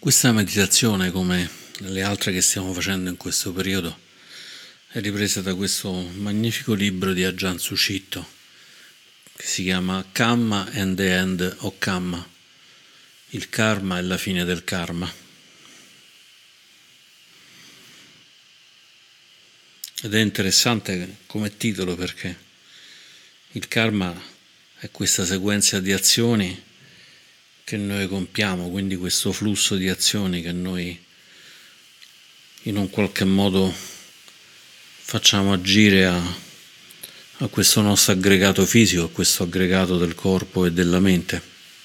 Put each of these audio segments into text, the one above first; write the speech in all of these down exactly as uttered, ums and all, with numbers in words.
Questa meditazione, come le altre che stiamo facendo in questo periodo, è ripresa da questo magnifico libro di Ajahn Sucitto che si chiama Kamma and the End of Kamma, il karma e la fine del karma. Ed è interessante come titolo perché il karma è questa sequenza di azioni che noi compiamo, quindi questo flusso di azioni che noi in un qualche modo facciamo agire a, a questo nostro aggregato fisico, a questo aggregato del corpo e della mente.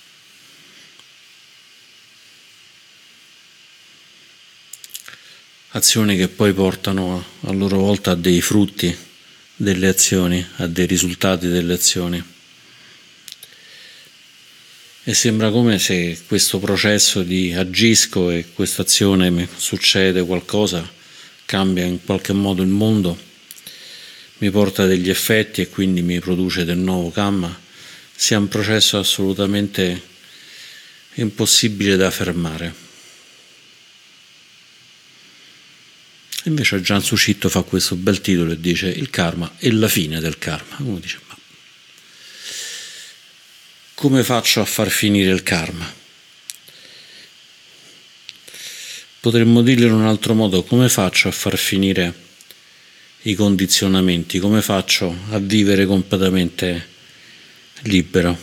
Azioni che poi portano a, a loro volta a dei frutti delle azioni, a dei risultati delle azioni. E sembra come se questo processo di agisco e questa azione mi succede qualcosa, cambia in qualche modo il mondo, mi porta degli effetti e quindi mi produce del nuovo karma, sia un processo assolutamente impossibile da fermare. Invece Ajahn Sucitto fa questo bel titolo e dice il karma è la fine del karma. Uno dice, ma come faccio a far finire il karma? Potremmo dirlo in un altro modo, come faccio a far finire i condizionamenti? Come faccio a vivere completamente libero?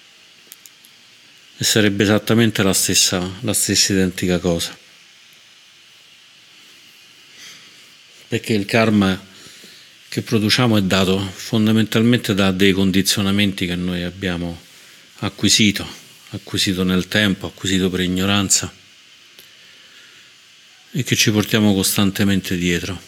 E sarebbe esattamente la stessa, la stessa identica cosa. Perché il karma che produciamo è dato fondamentalmente da dei condizionamenti che noi abbiamo acquisito, acquisito nel tempo, acquisito per ignoranza e che ci portiamo costantemente dietro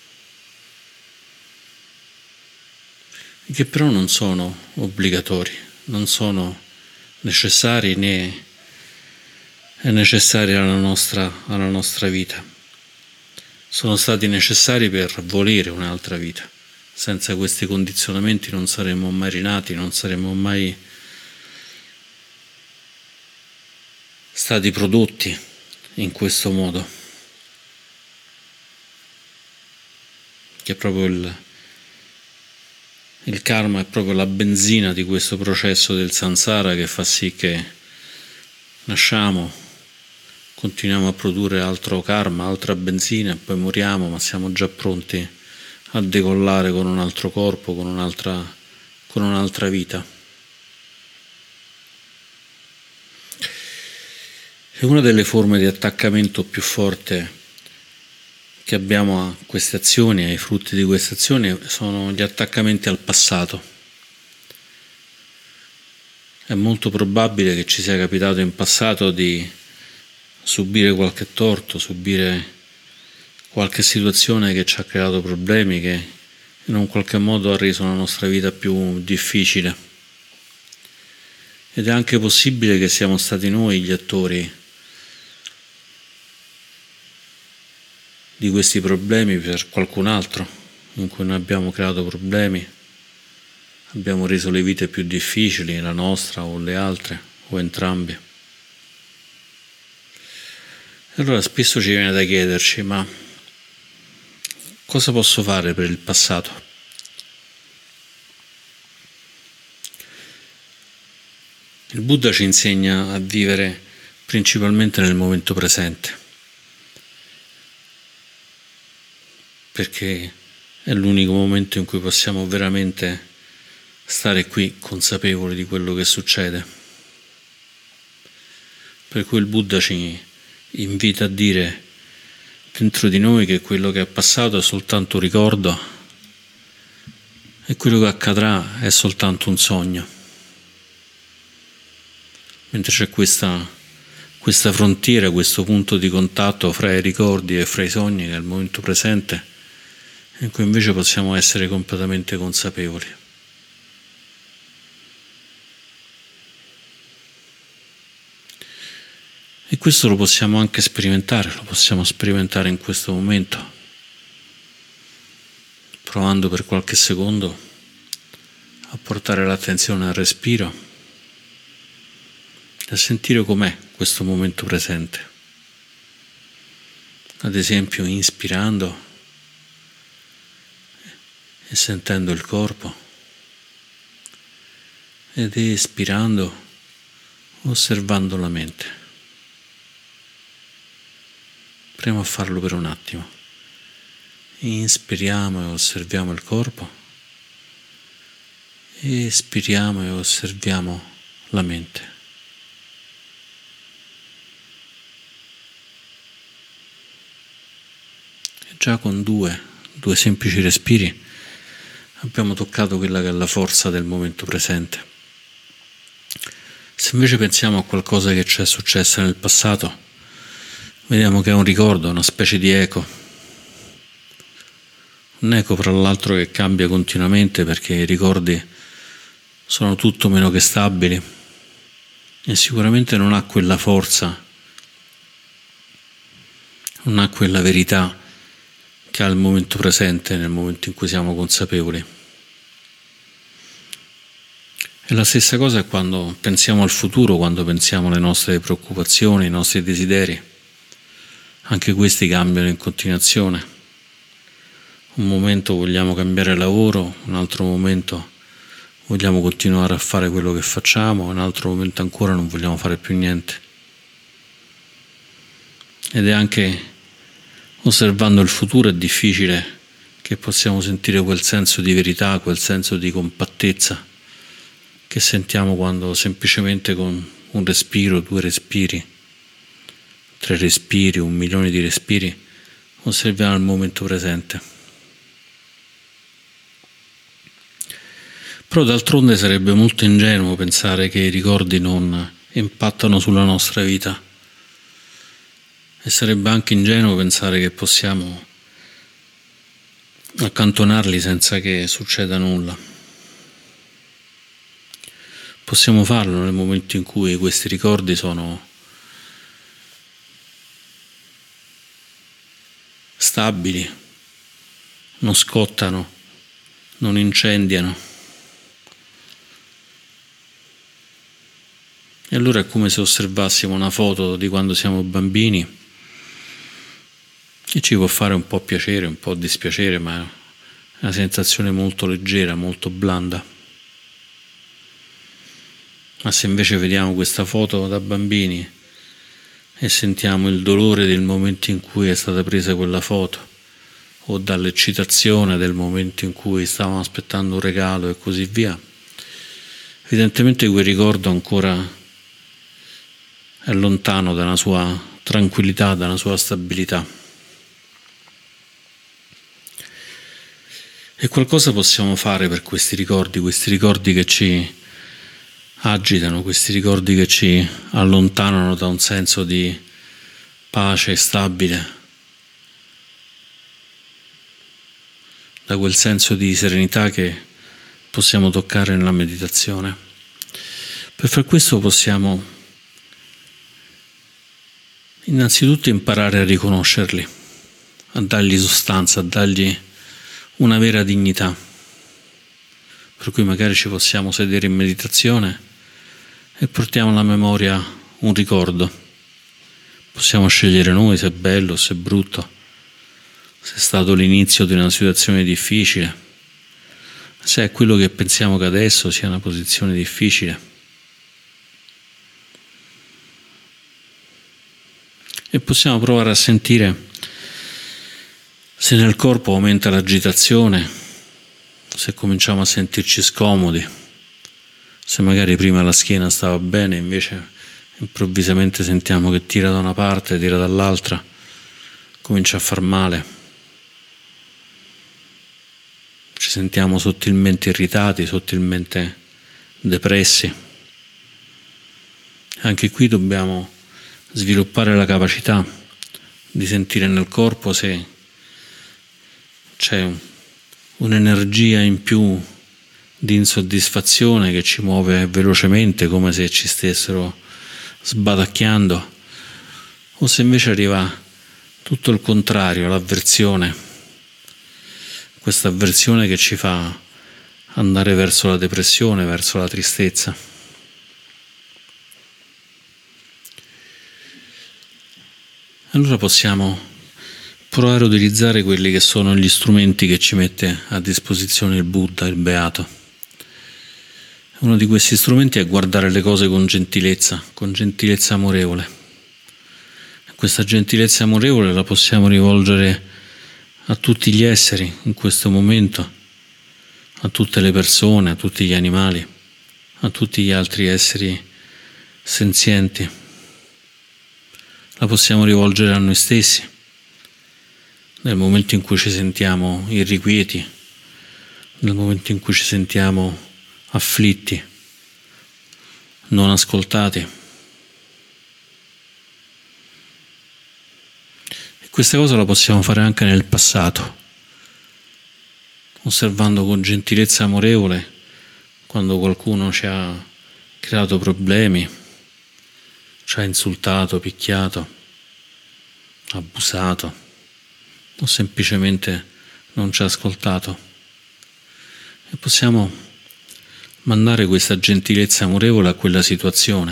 e che però non sono obbligatori, non sono necessari né è necessari alla nostra, alla nostra vita. Sono stati necessari per volere un'altra vita. Senza questi condizionamenti non saremmo mai rinati, non saremmo mai stati prodotti in questo modo, che è proprio il, il karma è proprio la benzina di questo processo del samsara che fa sì che nasciamo, continuiamo a produrre altro karma, altra benzina e poi moriamo, ma siamo già pronti a decollare con un altro corpo, con un'altra, con un'altra vita. E una delle forme di attaccamento più forte che abbiamo a queste azioni, ai frutti di queste azioni, sono gli attaccamenti al passato. È molto probabile che ci sia capitato in passato di subire qualche torto, subire qualche situazione che ci ha creato problemi, che in un qualche modo ha reso la nostra vita più difficile. Ed è anche possibile che siamo stati noi gli attori di questi problemi per qualcun altro, in cui noi abbiamo creato problemi, abbiamo reso le vite più difficili, la nostra o le altre, o entrambi. E allora spesso ci viene da chiederci, ma cosa posso fare per il passato? Il Buddha ci insegna a vivere principalmente nel momento presente, perché è l'unico momento in cui possiamo veramente stare qui consapevoli di quello che succede. Per cui il Buddha ci invita a dire dentro di noi che quello che è passato è soltanto un ricordo e quello che accadrà è soltanto un sogno. Mentre c'è questa, questa frontiera, questo punto di contatto fra i ricordi e fra i sogni, che è il momento presente, in cui invece possiamo essere completamente consapevoli. E questo lo possiamo anche sperimentare, lo possiamo sperimentare in questo momento, provando per qualche secondo a portare l'attenzione al respiro e a sentire com'è questo momento presente. ad esempio inspirando e sentendo il corpo, ed espirando, osservando la mente. Proviamo a farlo per un attimo. Inspiriamo e osserviamo il corpo, espiriamo e osserviamo la mente. E già con due, due semplici respiri abbiamo toccato quella che è la forza del momento presente. Se invece pensiamo a qualcosa che ci è successo nel passato, vediamo che è un ricordo, una specie di eco. Un eco, fra l'altro, che cambia continuamente perché i ricordi sono tutto meno che stabili e sicuramente non ha quella forza, non ha quella verità che ha il momento presente nel momento in cui siamo consapevoli. E la stessa cosa è quando pensiamo al futuro, quando pensiamo alle nostre preoccupazioni, ai nostri desideri. Anche questi cambiano in continuazione. Un momento vogliamo cambiare lavoro, un altro momento vogliamo continuare a fare quello che facciamo, un altro momento ancora non vogliamo fare più niente. Ed è anche osservando il futuro è difficile che possiamo sentire quel senso di verità, quel senso di compattezza che sentiamo quando semplicemente con un respiro, due respiri, tre respiri, un milione di respiri, osserviamo il momento presente. Però d'altronde sarebbe molto ingenuo pensare che i ricordi non impattano sulla nostra vita e sarebbe anche ingenuo pensare che possiamo accantonarli senza che succeda nulla. Possiamo farlo nel momento in cui questi ricordi sono stabili, non scottano, non incendiano. E allora è come se osservassimo una foto di quando siamo bambini e ci può fare un po' piacere, un po' dispiacere, ma è una sensazione molto leggera, molto blanda. Ma se invece vediamo questa foto da bambini e sentiamo il dolore del momento in cui è stata presa quella foto, o dall'eccitazione del momento in cui stavamo aspettando un regalo e così via, evidentemente quel ricordo ancora è lontano dalla sua tranquillità, dalla sua stabilità. E qualcosa possiamo fare per questi ricordi, questi ricordi che ci agitano, questi ricordi che ci allontanano da un senso di pace stabile, da quel senso di serenità che possiamo toccare nella meditazione. Per far questo possiamo innanzitutto imparare a riconoscerli, a dargli sostanza, a dargli una vera dignità, per cui magari ci possiamo sedere in meditazione e portiamo alla memoria un ricordo. Possiamo scegliere noi se è bello, se è brutto, se è stato l'inizio di una situazione difficile, se è quello che pensiamo che adesso sia una posizione difficile. E possiamo provare a sentire se nel corpo aumenta l'agitazione, se cominciamo a sentirci scomodi, se magari prima la schiena stava bene, invece improvvisamente sentiamo che tira da una parte, tira dall'altra, comincia a far male. Ci sentiamo sottilmente irritati, sottilmente depressi. Anche qui dobbiamo sviluppare la capacità di sentire nel corpo se c'è un'energia in più di insoddisfazione che ci muove velocemente, come se ci stessero sbatacchiando, o se invece arriva tutto il contrario, l'avversione, questa avversione che ci fa andare verso la depressione, verso la tristezza. Allora possiamo provare a utilizzare quelli che sono gli strumenti che ci mette a disposizione il Buddha, il Beato. Uno di questi strumenti è guardare le cose con gentilezza, con gentilezza amorevole. Questa gentilezza amorevole la possiamo rivolgere a tutti gli esseri in questo momento, a tutte le persone, a tutti gli animali, a tutti gli altri esseri senzienti. La possiamo rivolgere a noi stessi, nel momento in cui ci sentiamo irrequieti, nel momento in cui ci sentiamo afflitti, non ascoltati. E questa cosa la possiamo fare anche nel passato, osservando con gentilezza amorevole quando qualcuno ci ha creato problemi, ci ha insultato, picchiato, abusato o semplicemente non ci ha ascoltato. E possiamo mandare questa gentilezza amorevole a quella situazione,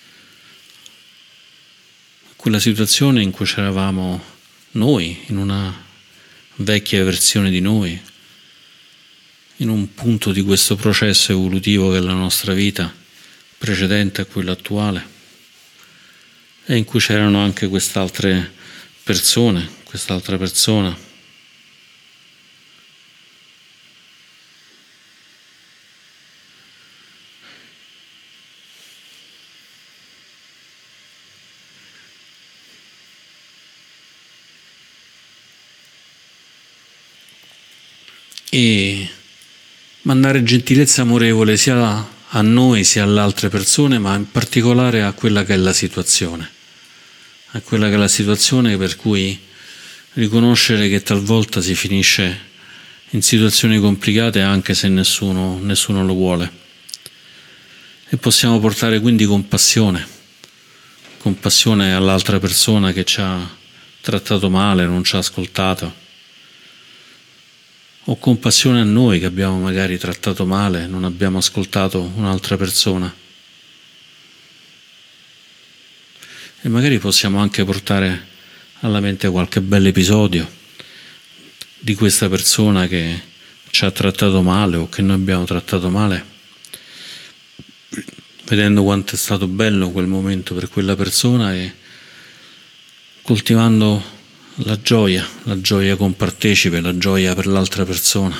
a quella situazione in cui c'eravamo noi, in una vecchia versione di noi, in un punto di questo processo evolutivo che è la nostra vita, precedente a quello attuale, e in cui c'erano anche quest'altre persone, quest'altra persona. E mandare gentilezza amorevole sia a noi sia alle altre persone, ma in particolare a quella che è la situazione, a quella che è la situazione per cui riconoscere che talvolta si finisce in situazioni complicate anche se nessuno, nessuno lo vuole. E possiamo portare quindi compassione, compassione all'altra persona che ci ha trattato male, non ci ha ascoltato, o compassione a noi che abbiamo magari trattato male, non abbiamo ascoltato un'altra persona. E magari possiamo anche portare alla mente qualche bel episodio di questa persona che ci ha trattato male o che noi abbiamo trattato male, vedendo quanto è stato bello quel momento per quella persona e coltivando la gioia, la gioia compartecipe, la gioia per l'altra persona.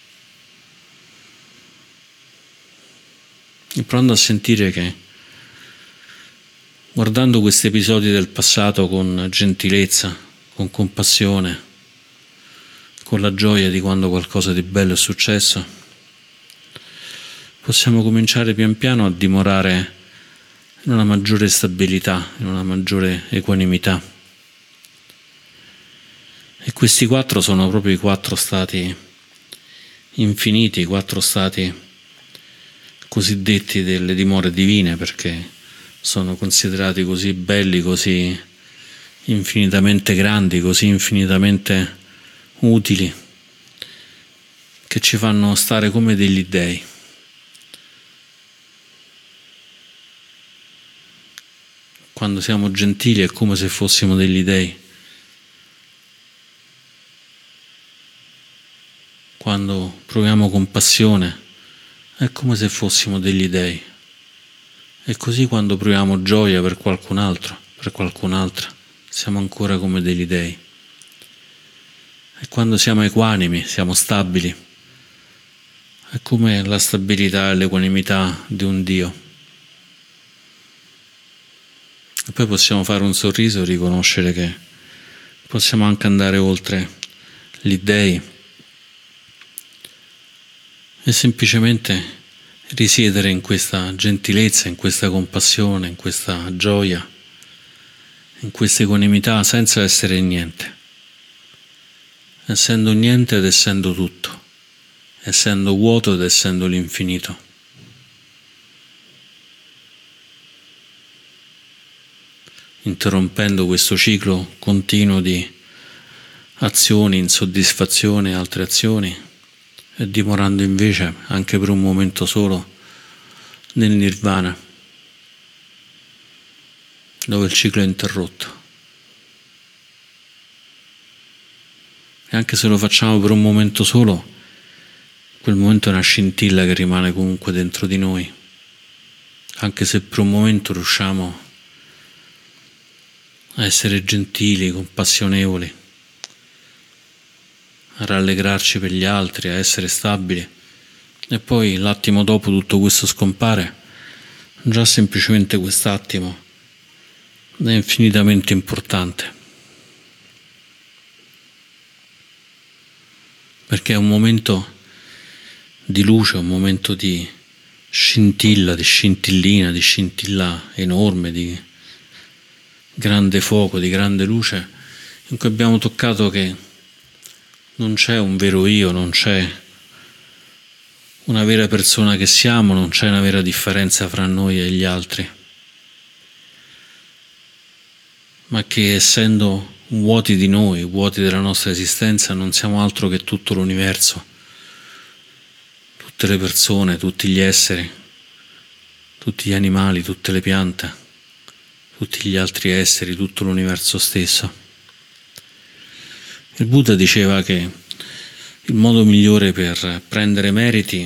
E provando a sentire che, guardando questi episodi del passato con gentilezza, con compassione, con la gioia di quando qualcosa di bello è successo, possiamo cominciare pian piano a dimorare in una maggiore stabilità, in una maggiore equanimità. E questi quattro sono proprio i quattro stati infiniti, i quattro stati cosiddetti delle dimore divine, perché sono considerati così belli, così infinitamente grandi, così infinitamente utili, che ci fanno stare come degli dei. Quando siamo gentili è come se fossimo degli dei. Quando proviamo compassione è come se fossimo degli dei. E così quando proviamo gioia per qualcun altro, per qualcun'altra, siamo ancora come degli dei. E quando siamo equanimi, siamo stabili, è come la stabilità e l'equanimità di un Dio. E poi possiamo fare un sorriso e riconoscere che possiamo anche andare oltre gli dei e semplicemente risiedere in questa gentilezza, in questa compassione, in questa gioia, in questa equanimità senza essere niente, essendo niente ed essendo tutto, essendo vuoto ed essendo l'infinito. Interrompendo questo ciclo continuo di azioni, insoddisfazione e altre azioni, e dimorando invece, anche per un momento solo, nel nirvana, dove il ciclo è interrotto. e anche se lo facciamo per un momento solo, quel momento è una scintilla che rimane comunque dentro di noi, anche se per un momento riusciamo a essere gentili, compassionevoli, a rallegrarci per gli altri, a essere stabili, e poi l'attimo dopo tutto questo scompare. Già semplicemente quest'attimo è infinitamente importante, perché è un momento di luce, un momento di scintilla, di scintillina, di scintilla enorme, di grande fuoco, di grande luce, in cui abbiamo toccato che non c'è un vero io, non c'è una vera persona che siamo, non c'è una vera differenza fra noi e gli altri, ma che essendo vuoti di noi, vuoti della nostra esistenza, non siamo altro che tutto l'universo, tutte le persone, tutti gli esseri, tutti gli animali, tutte le piante, tutti gli altri esseri, tutto l'universo stesso. Il Buddha diceva che il modo migliore per prendere meriti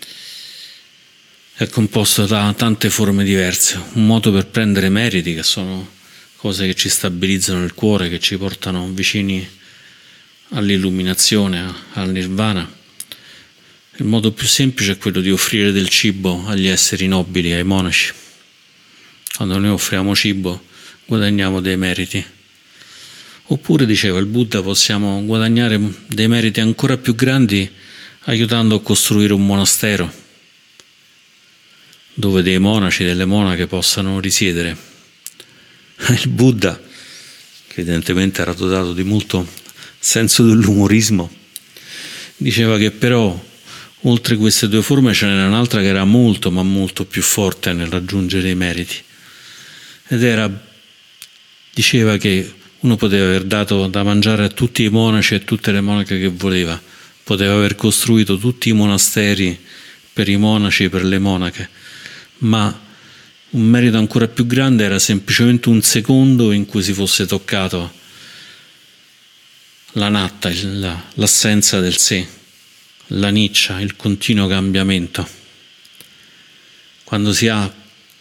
è composto da tante forme diverse. Un modo per prendere meriti, che sono cose che ci stabilizzano il cuore, che ci portano vicini all'illuminazione, al nirvana. Il modo più semplice è quello di offrire del cibo agli esseri nobili, ai monaci. Quando noi offriamo cibo guadagniamo dei meriti. Oppure, diceva il Buddha, possiamo guadagnare dei meriti ancora più grandi aiutando a costruire un monastero dove dei monaci e delle monache possano risiedere. Il Buddha, che evidentemente era dotato di molto senso dell'umorismo, diceva che però oltre queste due forme ce n'era un'altra che era molto ma molto più forte nel raggiungere i meriti, ed era, diceva che uno poteva aver dato da mangiare a tutti i monaci e a tutte le monache che voleva, poteva aver costruito tutti i monasteri per i monaci e per le monache, ma un merito ancora più grande era semplicemente un secondo in cui si fosse toccato la natta, la, l'assenza del sé, la niccia, il continuo cambiamento. Quando si ha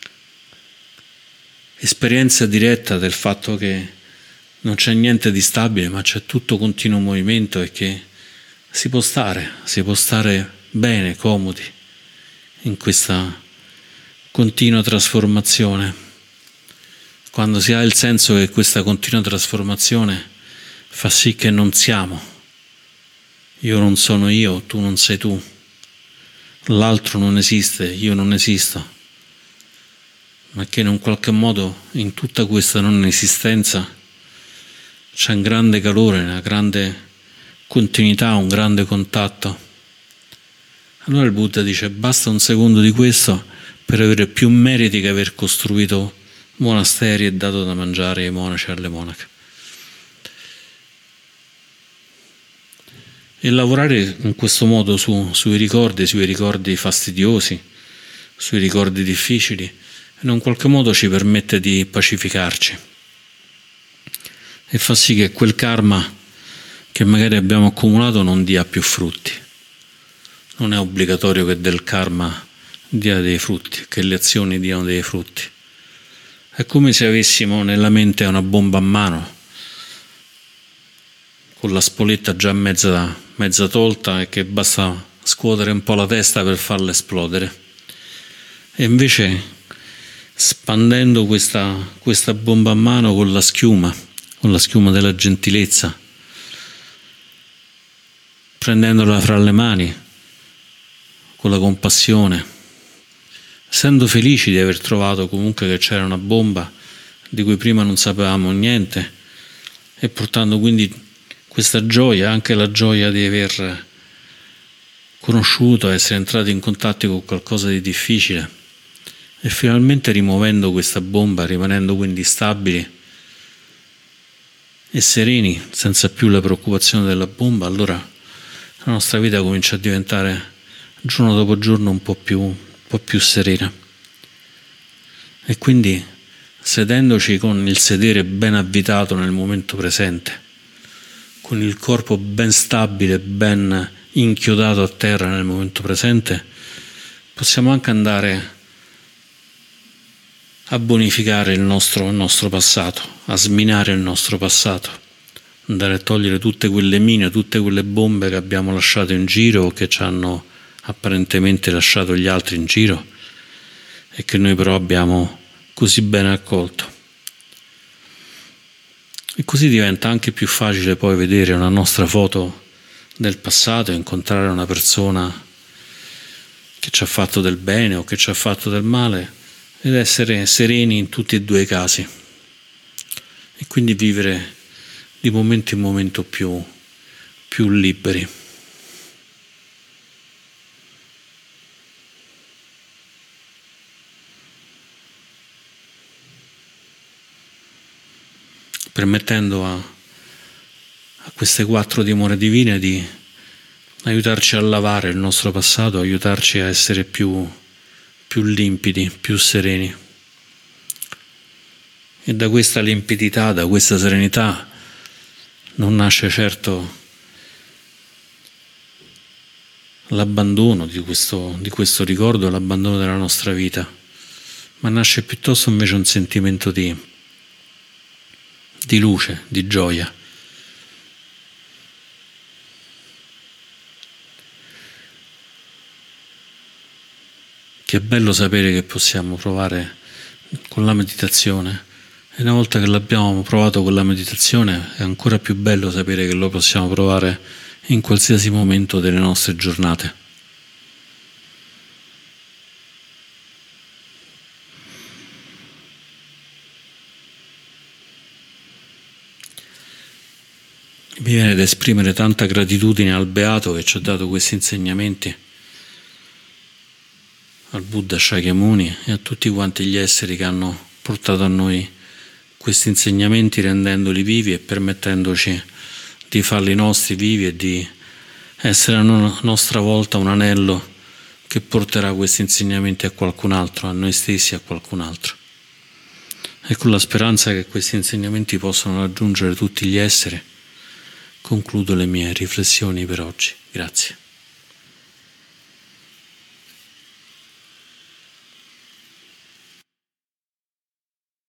esperienza diretta del fatto che non c'è niente di stabile, ma c'è tutto continuo movimento, e che si può stare, si può stare bene, comodi in questa continua trasformazione. Quando si ha il senso che questa continua trasformazione fa sì che non siamo, io non sono io, tu non sei tu, l'altro non esiste, io non esisto, ma che in un qualche modo in tutta questa non esistenza c'è un grande calore, una grande continuità, un grande contatto. Allora il Buddha dice: basta un secondo di questo per avere più meriti che aver costruito monasteri e dato da mangiare ai monaci e alle monache. E lavorare in questo modo su, sui ricordi, sui ricordi fastidiosi, sui ricordi difficili, in un qualche modo ci permette di pacificarci e fa sì che quel karma che magari abbiamo accumulato non dia più frutti. Non è obbligatorio che del karma dia dei frutti, che le azioni diano dei frutti. È come se avessimo nella mente una bomba a mano, con la spoletta già mezza, mezza tolta, e che basta scuotere un po' la testa per farla esplodere. E invece, spandendo questa, questa bomba a mano con la schiuma, con la schiuma della gentilezza, prendendola fra le mani, con la compassione, essendo felici di aver trovato comunque che c'era una bomba di cui prima non sapevamo niente, e portando quindi questa gioia, anche la gioia di aver conosciuto, essere entrati in contatto con qualcosa di difficile, e finalmente rimuovendo questa bomba, rimanendo quindi stabili e sereni, senza più la preoccupazione della bomba, allora la nostra vita comincia a diventare giorno dopo giorno un po' più, un po' più serena. E quindi, sedendoci con il sedere ben avvitato nel momento presente, con il corpo ben stabile, ben inchiodato a terra nel momento presente, possiamo anche andare a bonificare il nostro, il nostro passato, a sminare il nostro passato, andare a togliere tutte quelle mine, tutte quelle bombe che abbiamo lasciato in giro o che ci hanno apparentemente lasciato gli altri in giro e che noi però abbiamo così bene accolto. E così diventa anche più facile poi vedere una nostra foto del passato e incontrare una persona che ci ha fatto del bene o che ci ha fatto del male ed essere sereni in tutti e due i casi e quindi vivere di momento in momento più, più liberi. Permettendo a, a queste quattro dimore divine di aiutarci a lavare il nostro passato, aiutarci a essere più, più limpidi, più sereni. E da questa limpidità, da questa serenità, non nasce certo l'abbandono di questo, di questo ricordo, l'abbandono della nostra vita, ma nasce piuttosto invece un sentimento di di luce, di gioia. Che è bello sapere che possiamo provare con la meditazione e una volta che l'abbiamo provato con la meditazione è ancora più bello sapere che lo possiamo provare in qualsiasi momento delle nostre giornate. Mi viene ad esprimere tanta gratitudine al Beato che ci ha dato questi insegnamenti, al Buddha Shakyamuni e a tutti quanti gli esseri che hanno portato a noi questi insegnamenti rendendoli vivi e permettendoci di farli nostri vivi e di essere a nostra volta un anello che porterà questi insegnamenti a qualcun altro, a noi stessi e a qualcun altro. E con la speranza che questi insegnamenti possano raggiungere tutti gli esseri, concludo le mie riflessioni per oggi. Grazie.